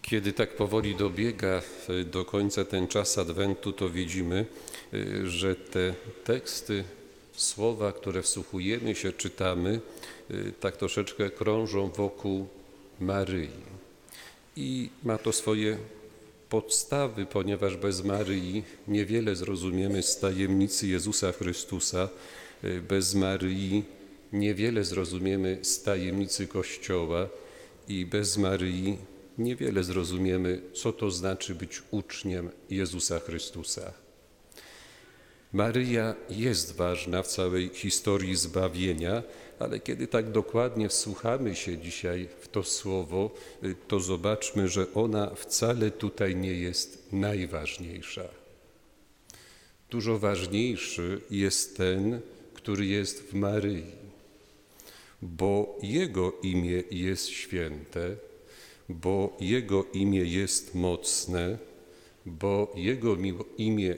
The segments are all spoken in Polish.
Kiedy tak powoli dobiega do końca ten czas Adwentu, to widzimy, że te teksty, słowa, które wsłuchujemy się, czytamy, tak troszeczkę krążą wokół Maryi. I ma to swoje podstawy, ponieważ bez Maryi niewiele zrozumiemy z tajemnicy Jezusa Chrystusa, bez Maryi niewiele zrozumiemy z tajemnicy Kościoła i bez Maryi niewiele zrozumiemy, co to znaczy być uczniem Jezusa Chrystusa. Maryja jest ważna w całej historii zbawienia, ale kiedy tak dokładnie wsłuchamy się dzisiaj w to słowo, to zobaczmy, że ona wcale tutaj nie jest najważniejsza. Dużo ważniejszy jest ten, który jest w Maryi, bo Jego imię jest święte, bo Jego imię jest mocne, bo Jego imię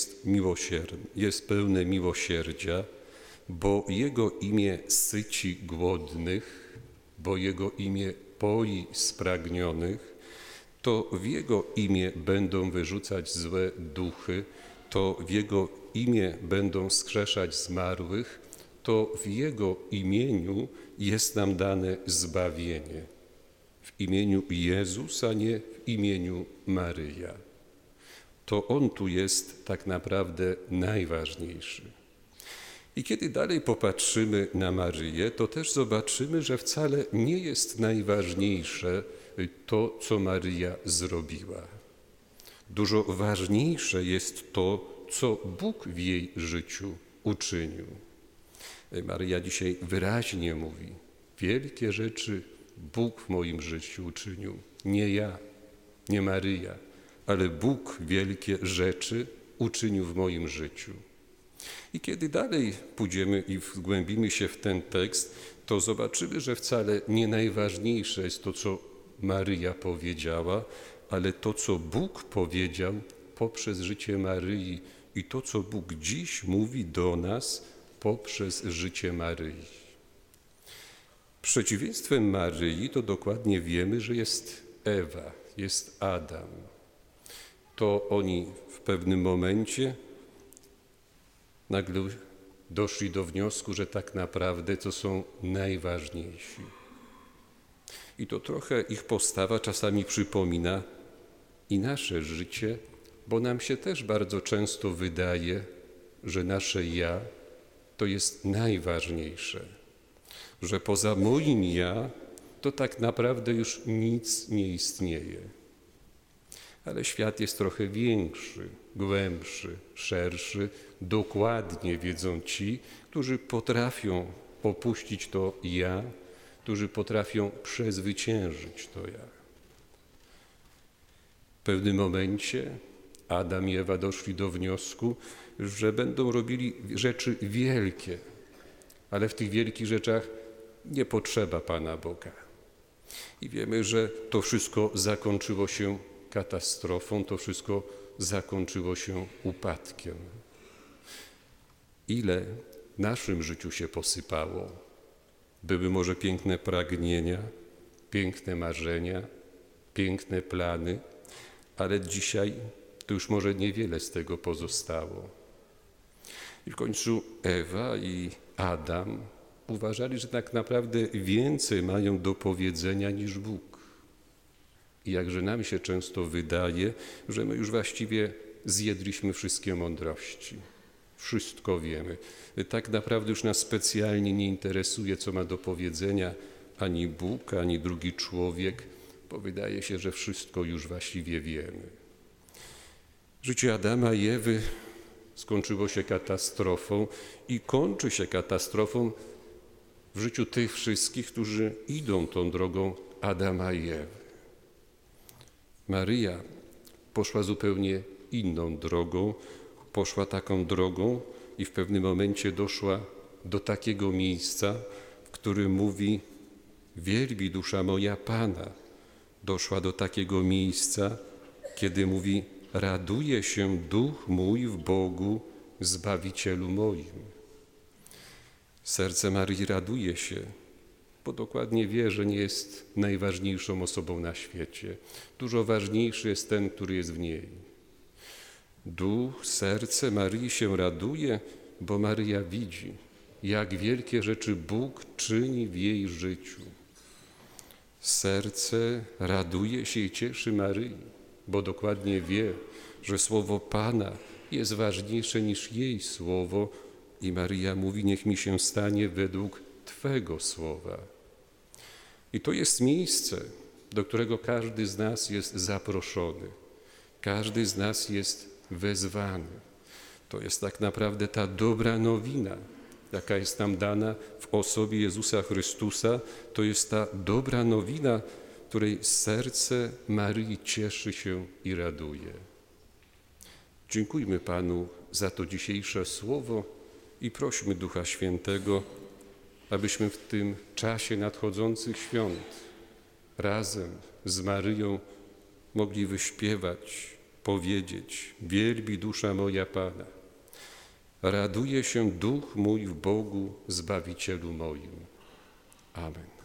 jest pełne miłosierdzia, bo Jego imię syci głodnych, bo Jego imię poi spragnionych, to w Jego imię będą wyrzucać złe duchy, to w Jego imię będą wskrzeszać zmarłych, to w Jego imieniu jest nam dane zbawienie. W imieniu Jezus, a nie w imieniu Maryja. To On tu jest tak naprawdę najważniejszy. I kiedy dalej popatrzymy na Maryję, to też zobaczymy, że wcale nie jest najważniejsze to, co Maryja zrobiła. Dużo ważniejsze jest to, co Bóg w jej życiu uczynił. Maryja dzisiaj wyraźnie mówi: wielkie rzeczy Bóg w moim życiu uczynił. Nie ja, nie Maryja, ale Bóg wielkie rzeczy uczynił w moim życiu. I kiedy dalej pójdziemy i wgłębimy się w ten tekst, to zobaczymy, że wcale nie najważniejsze jest to, co Maryja powiedziała, ale to, co Bóg powiedział poprzez życie Maryi i to, co Bóg dziś mówi do nas poprzez życie Maryi. Przeciwieństwem Maryi to dokładnie wiemy, że jest Ewa, jest Adam. To oni w pewnym momencie nagle doszli do wniosku, że tak naprawdę to są najważniejsi. I to trochę ich postawa czasami przypomina i nasze życie, bo nam się też bardzo często wydaje, że nasze ja to jest najważniejsze. Że poza moim ja to tak naprawdę już nic nie istnieje. Ale świat jest trochę większy, głębszy, szerszy. Dokładnie wiedzą ci, którzy potrafią opuścić to ja, którzy potrafią przezwyciężyć to ja. W pewnym momencie Adam i Ewa doszli do wniosku, że będą robili rzeczy wielkie, ale w tych wielkich rzeczach nie potrzeba Pana Boga. I wiemy, że to wszystko zakończyło się katastrofą, to wszystko zakończyło się upadkiem. Ile w naszym życiu się posypało? Były może piękne pragnienia, piękne marzenia, piękne plany, ale dzisiaj to już może niewiele z tego pozostało. I w końcu Ewa i Adam uważali, że tak naprawdę więcej mają do powiedzenia niż Bóg. I jakże nam się często wydaje, że my już właściwie zjedliśmy wszystkie mądrości. Wszystko wiemy. Tak naprawdę już nas specjalnie nie interesuje, co ma do powiedzenia ani Bóg, ani drugi człowiek, bo wydaje się, że wszystko już właściwie wiemy. Życie Adama i Ewy skończyło się katastrofą i kończy się katastrofą w życiu tych wszystkich, którzy idą tą drogą Adama i Ewy. Maryja poszła zupełnie inną drogą, poszła taką drogą i w pewnym momencie doszła do takiego miejsca, w którym mówi: wielbi dusza moja Pana. Doszła do takiego miejsca, kiedy mówi: raduje się duch mój w Bogu, Zbawicielu moim. Serce Maryi raduje się, bo dokładnie wie, że nie jest najważniejszą osobą na świecie. Dużo ważniejszy jest ten, który jest w niej. Duch, serce Maryi się raduje, bo Maryja widzi, jak wielkie rzeczy Bóg czyni w jej życiu. Serce raduje się i cieszy Maryi, bo dokładnie wie, że słowo Pana jest ważniejsze niż jej słowo i Maryja mówi: niech mi się stanie według Twego słowa. I to jest miejsce, do którego każdy z nas jest zaproszony. Każdy z nas jest wezwany. To jest tak naprawdę ta dobra nowina, jaka jest nam dana w osobie Jezusa Chrystusa. To jest ta dobra nowina, której serce Maryi cieszy się i raduje. Dziękujmy Panu za to dzisiejsze słowo i prośmy Ducha Świętego, abyśmy w tym czasie nadchodzących świąt razem z Maryją mogli wyśpiewać, powiedzieć: wielbi dusza moja Pana, raduje się duch mój w Bogu, Zbawicielu moim. Amen.